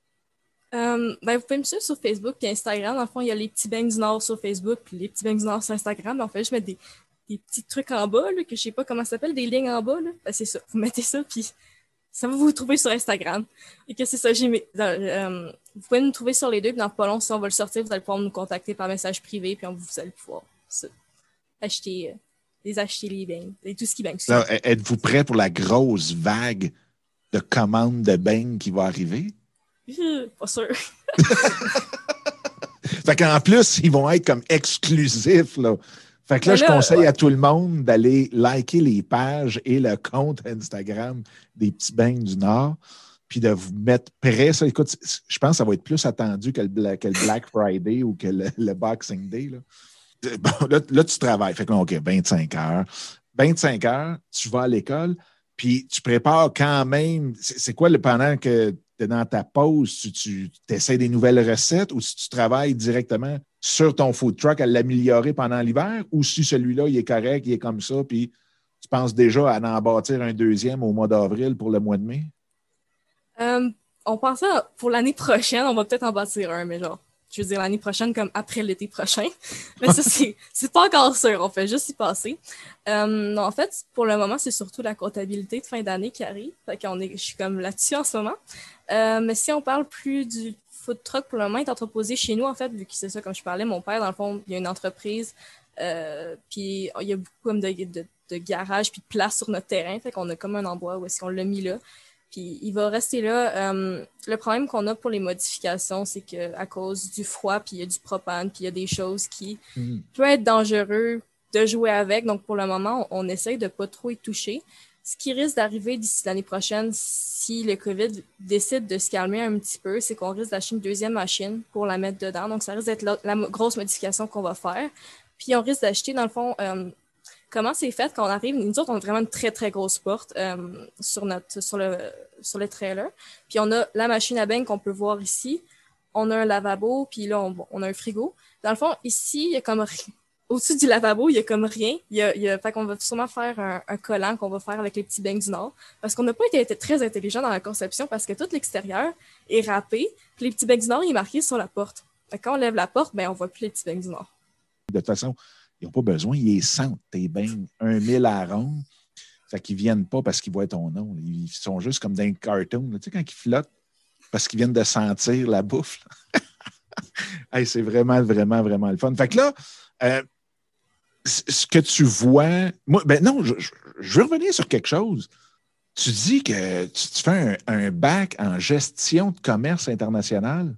Um, ben, vous pouvez me suivre sur Facebook et Instagram. Dans le fond, il y a les petits beignes du Nord sur Facebook puis les petits beignes du Nord sur Instagram. On fait juste mettre des, des petits trucs en bas, là, que je sais pas comment ça s'appelle, des lignes en bas. Là. Ben, c'est ça. Vous mettez ça, puis ça va vous trouver sur Instagram. Et que c'est ça, j'ai mis. Dans, euh, vous pouvez nous trouver sur les deux, puis dans pas long, si on va le sortir, vous allez pouvoir nous contacter par message privé, puis on, vous allez pouvoir ça, acheter, euh, les acheter les beignes, et tout ce qui baigne. Là, êtes-vous prêt pour la grosse vague de commandes de beignes qui va arriver? Euh, pas sûr. Fait qu'en plus, ils vont être comme exclusifs, là. Fait que là, là je conseille ouais. à tout le monde d'aller liker les pages et le compte Instagram des petits beignes du Nord, puis de vous mettre prêt. Ça, écoute, je pense que ça va être plus attendu que le, que le Black Friday ou que le, le Boxing Day, là. Bon, là, là, tu travailles. Fait que, OK, vingt-cinq heures. vingt-cinq heures, tu vas à l'école, puis tu prépares quand même. C'est, c'est quoi le pendant que tu es dans ta pause, tu, tu essaies des nouvelles recettes ou si tu travailles directement sur ton food truck à l'améliorer pendant l'hiver ou si celui-là, il est correct, il est comme ça, puis tu penses déjà à en bâtir un deuxième au mois d'avril pour le mois de mai? Um, on pensait pour l'année prochaine, on va peut-être en bâtir un, mais genre je veux dire l'année prochaine comme après l'été prochain. Mais ça, c'est, c'est pas encore sûr, on fait juste y passer. Euh, non, en fait, pour le moment, c'est surtout la comptabilité de fin d'année qui arrive. Fait qu'on est, je suis comme là-dessus en ce moment. Euh, mais si on parle plus du food truck, pour le moment, est entreposé chez nous, en fait, vu que c'est ça, comme je parlais, mon père, dans le fond, il y a une entreprise, euh, puis il y a beaucoup comme de, de, de garage puis de place sur notre terrain. Fait qu'on a comme un endroit où est-ce qu'on l'a mis là. Puis il va rester là. Euh, le problème qu'on a pour les modifications, c'est que à cause du froid, puis il y a du propane, puis il y a des choses qui mm. peuvent être dangereux de jouer avec. Donc pour le moment, on, on essaye de pas trop y toucher. Ce qui risque d'arriver d'ici l'année prochaine, si le COVID décide de se calmer un petit peu, c'est qu'on risque d'acheter une deuxième machine pour la mettre dedans. Donc ça risque d'être la, la grosse modification qu'on va faire. Puis on risque d'acheter, dans le fond, euh, comment c'est fait quand on arrive? Nous autres, on a vraiment une très, très grosse porte euh, sur notre sur le sur le trailer. Puis on a la machine à bain qu'on peut voir ici. On a un lavabo, puis là, on, on a un frigo. Dans le fond, ici, il y a comme au-dessus du lavabo, il y a comme rien. Il y a, il y a, fait qu'on va sûrement faire un, un collant qu'on va faire avec les petits beignes du Nord. Parce qu'on n'a pas été très intelligent dans la conception parce que tout l'extérieur est râpé. Puis les petits beignes du Nord, il est marqué sur la porte. Fait quand on lève la porte, ben on voit plus les petits beignes du Nord. De toute façon, ils n'ont pas besoin, ils les sentent, tes beignes, un mille à la ronde. Fait qu'ils ne viennent pas parce qu'ils voient ton nom. Ils sont juste comme dans un cartoon. Tu sais, quand ils flottent, parce qu'ils viennent de sentir la bouffe. Hey, c'est vraiment, vraiment, vraiment le fun. Fait que là, euh, ce que tu vois... Moi, ben non, je, je veux revenir sur quelque chose. Tu dis que tu, tu fais un, un bac en gestion de commerce international.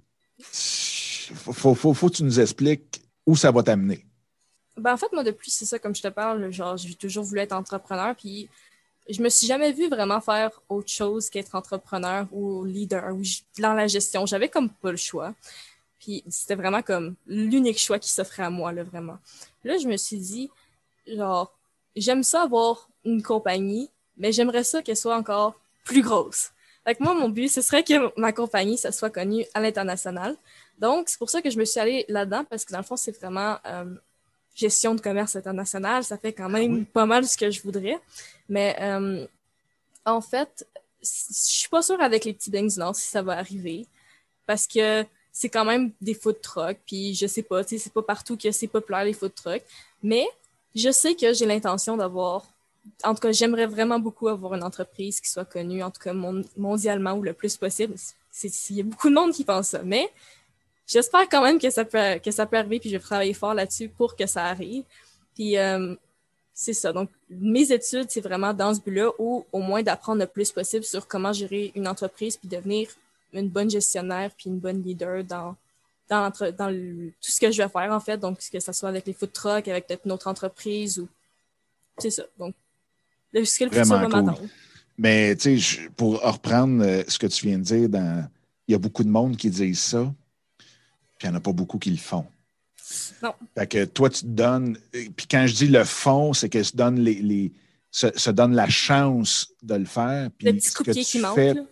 Faut, faut, faut, faut que tu nous expliques où ça va t'amener. Ben, en fait, moi, depuis, c'est ça, comme je te parle, genre, j'ai toujours voulu être entrepreneur, puis je me suis jamais vue vraiment faire autre chose qu'être entrepreneur ou leader ou dans la gestion. J'avais comme pas le choix. Puis c'était vraiment comme l'unique choix qui s'offrait à moi, là, vraiment. Là, je me suis dit, genre, j'aime ça avoir une compagnie, mais j'aimerais ça qu'elle soit encore plus grosse. Fait que moi, mon but, ce serait que ma compagnie, ça soit connue à l'international. Donc, c'est pour ça que je me suis allée là-dedans, parce que dans le fond, c'est vraiment... Euh, gestion de commerce international, ça fait quand même oui. pas mal ce que je voudrais. Mais euh, en fait, je suis pas sûre avec les petits beignes du Nord si ça va arriver, parce que c'est quand même des food trucks, puis je sais pas, tu sais, c'est pas partout que c'est populaire les food trucks, mais je sais que j'ai l'intention d'avoir, en tout cas, j'aimerais vraiment beaucoup avoir une entreprise qui soit connue, en tout cas mondialement ou le plus possible. Il y a beaucoup de monde qui pense ça, mais j'espère quand même que ça peut que ça peut arriver, puis je vais travailler fort là-dessus pour que ça arrive. Puis euh, c'est ça. Donc mes études, c'est vraiment dans ce but-là, ou au moins d'apprendre le plus possible sur comment gérer une entreprise, puis devenir une bonne gestionnaire, puis une bonne leader dans dans, dans le, tout ce que je vais faire en fait. Donc que ça soit avec les food trucks, avec peut-être une autre entreprise, ou c'est ça. Donc le, ce que le futur va m'attendre. Mais tu sais, pour reprendre ce que tu viens de dire, dans il y a beaucoup de monde qui disent ça. Puis il n'y en a pas beaucoup qui le font. Non. Fait que toi, tu te donnes... Puis quand je dis le font, c'est qu'elle se donne, les, les, se, se donne la chance de le faire. Puis le petit coup de pied qui manque. Fais,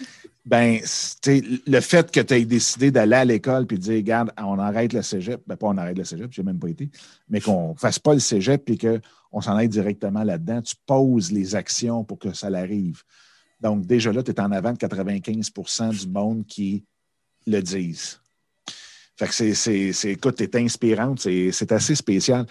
ben, le fait que tu aies décidé d'aller à l'école puis de dire, regarde, on arrête le cégep. Ben, pas on arrête le cégep, je n'ai même pas été, mais qu'on ne fasse pas le cégep puis qu'on s'en aille directement là-dedans. Tu poses les actions pour que ça l'arrive. Donc, déjà là, tu es en avant de quatre-vingt-quinze pour cent du monde qui le disent. Fait que c'est, c'est, c'est écoute, t'es inspirante, c'est, c'est assez spécial.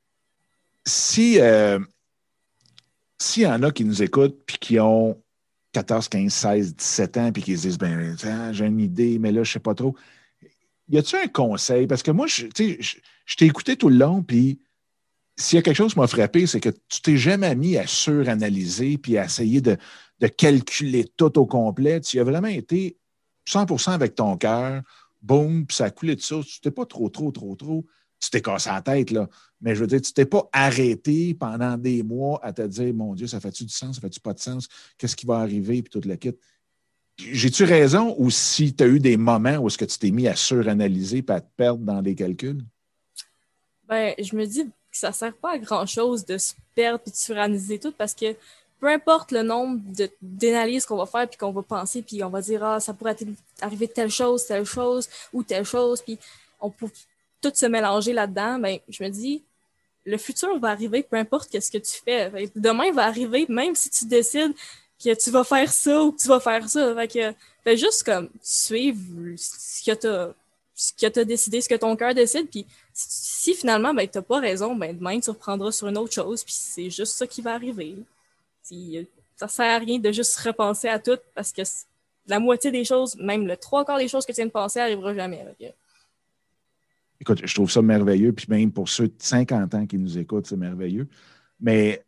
Si, euh, s'il y en a qui nous écoutent puis qui ont quatorze, quinze, seize, dix-sept ans puis qui se disent, ben, j'ai une idée, mais là, je sais pas trop. Y a-tu un conseil? Parce que moi, je, je, je t'ai écouté tout le long, puis s'il y a quelque chose qui m'a frappé, c'est que tu t'es jamais mis à suranalyser puis à essayer de, de calculer tout au complet. Tu as vraiment été cent pour cent avec ton cœur. Boum, puis ça a coulé de ça. Tu t'es pas trop, trop, trop, trop. Tu t'es cassé la tête, là. Mais je veux dire, tu t'es pas arrêté pendant des mois à te dire, mon Dieu, ça fait-tu du sens, ça fait-tu pas de sens? Qu'est-ce qui va arriver? Puis tout le kit. J'ai-tu raison ou si tu as eu des moments où est-ce que tu t'es mis à suranalyser et à te perdre dans des calculs? Ben, je me dis que ça sert pas à grand-chose de se perdre et de suranalyser tout parce que peu importe le nombre de, d'analyses qu'on va faire puis qu'on va penser puis on va dire ah ça pourrait arriver telle chose, telle chose ou telle chose puis on peut tout se mélanger là-dedans, ben je me dis le futur va arriver peu importe qu'est-ce que tu fais. Demain va arriver même si tu décides que tu vas faire ça ou que tu vas faire ça. Fait que fais juste comme suivre ce que t'as ce que tu as décidé, ce que ton cœur décide. Puis si, si finalement, ben, tu n'as pas raison, ben, demain, tu reprendras sur une autre chose. Puis c'est juste ça qui va arriver. Si, ça ne sert à rien de juste repenser à tout parce que la moitié des choses, même le trois quarts des choses que tu viens de penser, n'arrivera jamais. Okay? Écoute, je trouve ça merveilleux. Puis même pour ceux de cinquante ans qui nous écoutent, c'est merveilleux. Mais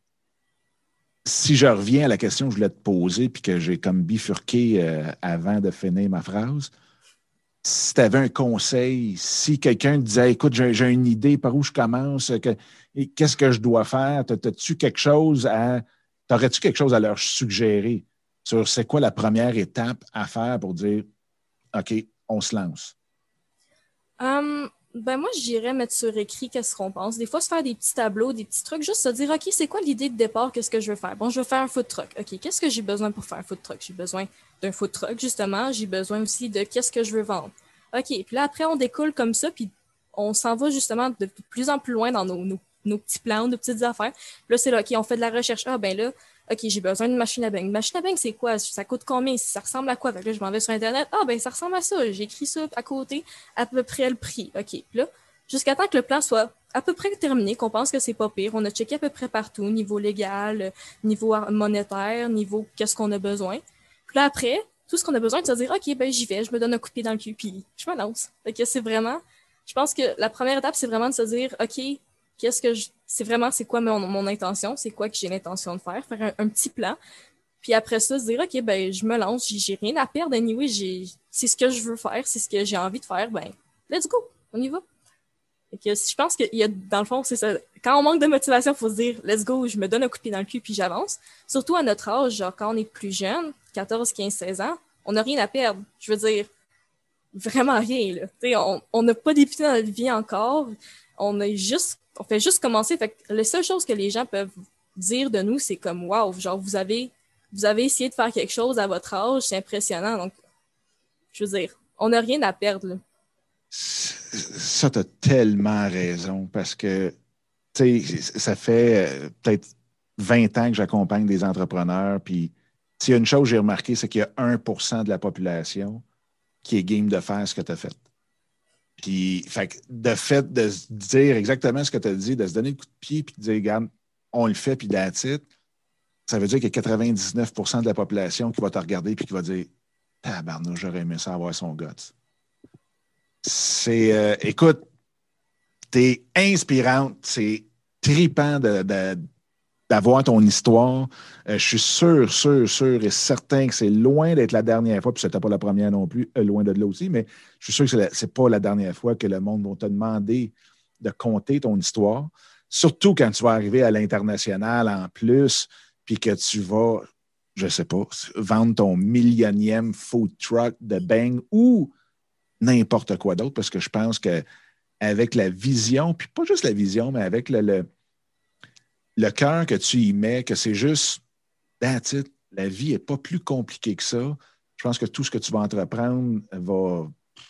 si je reviens à la question que je voulais te poser puis que j'ai comme bifurqué euh, avant de finir ma phrase, si tu avais un conseil, si quelqu'un te disait « Écoute, j'ai, j'ai une idée, par où je commence, que, et qu'est-ce que je dois faire? » T'as-tu quelque chose à... T'aurais-tu quelque chose à leur suggérer sur c'est quoi la première étape à faire pour dire « OK, on se lance? Um, » Ben moi, j'irais mettre sur écrit qu'est-ce qu'on pense. Des fois, se faire des petits tableaux, des petits trucs, juste se dire, OK, c'est quoi l'idée de départ, qu'est-ce que je veux faire? Bon, je veux faire un food truck. OK, qu'est-ce que j'ai besoin pour faire un food truck? J'ai besoin d'un food truck, justement. J'ai besoin aussi de qu'est-ce que je veux vendre. OK, puis là, après, on découle comme ça, puis on s'en va justement de plus en plus loin dans nos, nos, nos petits plans, nos petites affaires. Puis là, c'est là, OK, on fait de la recherche. Ah, ben là, OK, j'ai besoin d'une machine à bang. Une machine à bang, c'est quoi? Ça coûte combien? Ça ressemble à quoi? Fait que là, je m'en vais sur Internet. Ah, ben ça ressemble à ça. J'ai écrit ça à côté, à peu près le prix. OK, puis là, jusqu'à temps que le plan soit à peu près terminé, qu'on pense que c'est pas pire. On a checké à peu près partout, niveau légal, niveau monétaire, niveau qu'est-ce qu'on a besoin. Puis là, après, tout ce qu'on a besoin, c'est de se dire, OK, ben j'y vais, je me donne un coup de pied dans le cul, puis je me lance. Fait que c'est vraiment, je pense que la première étape, c'est vraiment de se dire, OK, qu'est-ce que je, c'est vraiment, c'est quoi mon, mon intention, c'est quoi que j'ai l'intention de faire, faire un, un petit plan. Puis après ça, se dire, OK, ben je me lance, j'ai, j'ai rien à perdre, anyway, j'ai, c'est ce que je veux faire, c'est ce que j'ai envie de faire, ben let's go, on y va. Que je pense qu'il y a, dans le fond, c'est ça. Quand on manque de motivation, il faut se dire, let's go, je me donne un coup de pied dans le cul puis j'avance. Surtout à notre âge, genre quand on est plus jeune, quatorze, quinze, seize ans, on n'a rien à perdre. Je veux dire, vraiment rien, là. T'sais, on, on n'a pas débuté dans notre vie encore. On a juste, on fait juste commencer. Fait que la seule chose que les gens peuvent dire de nous, c'est comme, wow, genre, vous avez, vous avez essayé de faire quelque chose à votre âge, c'est impressionnant. Donc, je veux dire, on n'a rien à perdre, là. Ça, tu as tellement raison parce que, tu sais, ça fait euh, peut-être vingt ans que j'accompagne des entrepreneurs. Puis, s'il y a une chose que j'ai remarqué, c'est qu'il y a un pour cent de la population qui est game de faire ce que tu as fait. Puis, fait que de fait de se dire exactement ce que tu as dit, de se donner le coup de pied, puis de dire, regarde, on le fait, puis that's it, ça veut dire qu'il y a quatre-vingt-dix-neuf pour cent de la population qui va te regarder, puis qui va dire, tabarnouche, j'aurais aimé ça avoir son guts. C'est, euh, écoute, t'es inspirante, c'est tripant de, de, d'avoir ton histoire. Euh, je suis sûr, sûr, sûr et certain que c'est loin d'être la dernière fois, puis c'était pas la première non plus, euh, loin de là aussi, mais je suis sûr que c'est, la, c'est pas la dernière fois que le monde va te demander de conter ton histoire, surtout quand tu vas arriver à l'international en plus, puis que tu vas, je sais pas, vendre ton millionième food truck de bang ou n'importe quoi d'autre, parce que je pense qu'avec la vision, puis pas juste la vision, mais avec le, le, le cœur que tu y mets, que c'est juste, that's it, la vie n'est pas plus compliquée que ça. Je pense que tout ce que tu vas entreprendre va,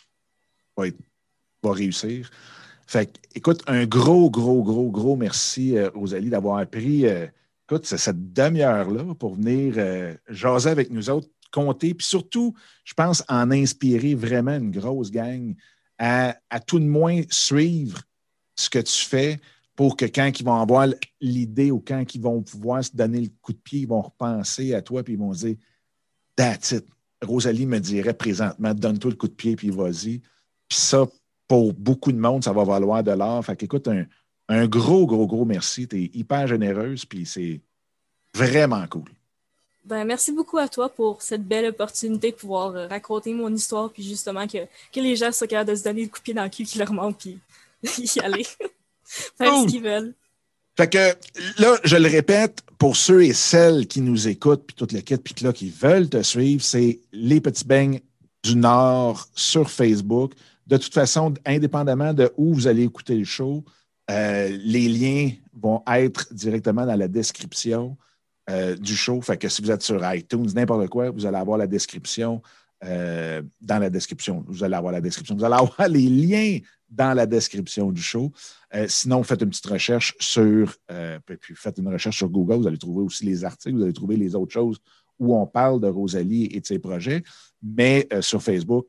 va, être, va réussir. Fait que, écoute, un gros, gros, gros, gros merci, euh, Rosalie, d'avoir pris euh, écoute, cette demi-heure-là pour venir euh, jaser avec nous autres, compter, puis surtout, je pense, en inspirer vraiment une grosse gang à, à tout de moins suivre ce que tu fais pour que quand ils vont avoir l'idée ou quand ils vont pouvoir se donner le coup de pied, ils vont repenser à toi puis ils vont se dire « That's it ». Rosalie me dirait présentement « Donne-toi le coup de pied puis vas-y ». Puis ça, pour beaucoup de monde, ça va valoir de l'or. Fait qu'écoute, un, un gros, gros, gros merci. Tu es hyper généreuse puis c'est vraiment cool. Ben, merci beaucoup à toi pour cette belle opportunité de pouvoir euh, raconter mon histoire, puis justement que, que les gens soient capables de se donner le coup de pied dans le cul qui leur manque, puis y aller. Faire cool. Ce qu'ils veulent. Fait que là, je le répète, pour ceux et celles qui nous écoutent, puis toute l'équipe, puis là, qui veulent te suivre, c'est Les Petits Beignes du Nord sur Facebook. De toute façon, indépendamment de où vous allez écouter le show, euh, les liens vont être directement dans la description. Euh, du show. Fait que si vous êtes sur iTunes, n'importe quoi, vous allez avoir la description euh, dans la description. Vous allez avoir la description. Vous allez avoir les liens dans la description du show. Euh, sinon, faites une petite recherche sur, euh, puis faites une recherche sur Google. Vous allez trouver aussi les articles, vous allez trouver les autres choses où on parle de Rosalie et de ses projets. Mais euh, sur Facebook,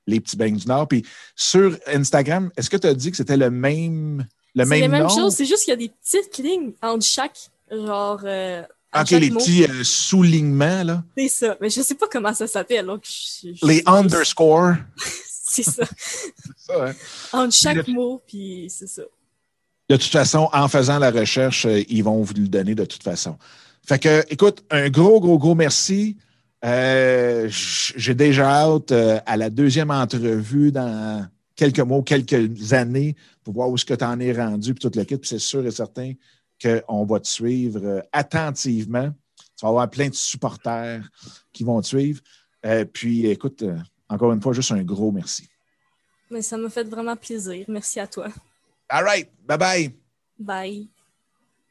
Les Petits Beignes du Nord. Puis sur Instagram, est-ce que tu as dit que c'était le même, le C'est même la même nom? chose, c'est juste qu'il y a des petites lignes entre chaque, genre... Euh, OK, les mot. petits euh, soulignements, là. C'est ça, mais je sais pas comment ça s'appelle. Donc je, je, les je, underscores. C'est ça. C'est ça, hein? Entre chaque mot, puis c'est ça. De toute façon, en faisant la recherche, euh, ils vont vous le donner de toute façon. Fait que, écoute, un gros, gros, gros merci. Euh, j'ai déjà hâte euh, à la deuxième entrevue dans quelques mois, quelques années, pour voir où est-ce que tu en es rendu, puis tout le kit. Puis c'est sûr et certain qu'on va te suivre euh, attentivement. Tu vas avoir plein de supporters qui vont te suivre. Euh, puis, écoute, euh, encore une fois, juste un gros merci. Mais ça m'a fait vraiment plaisir. Merci à toi. All right. Bye-bye. Bye.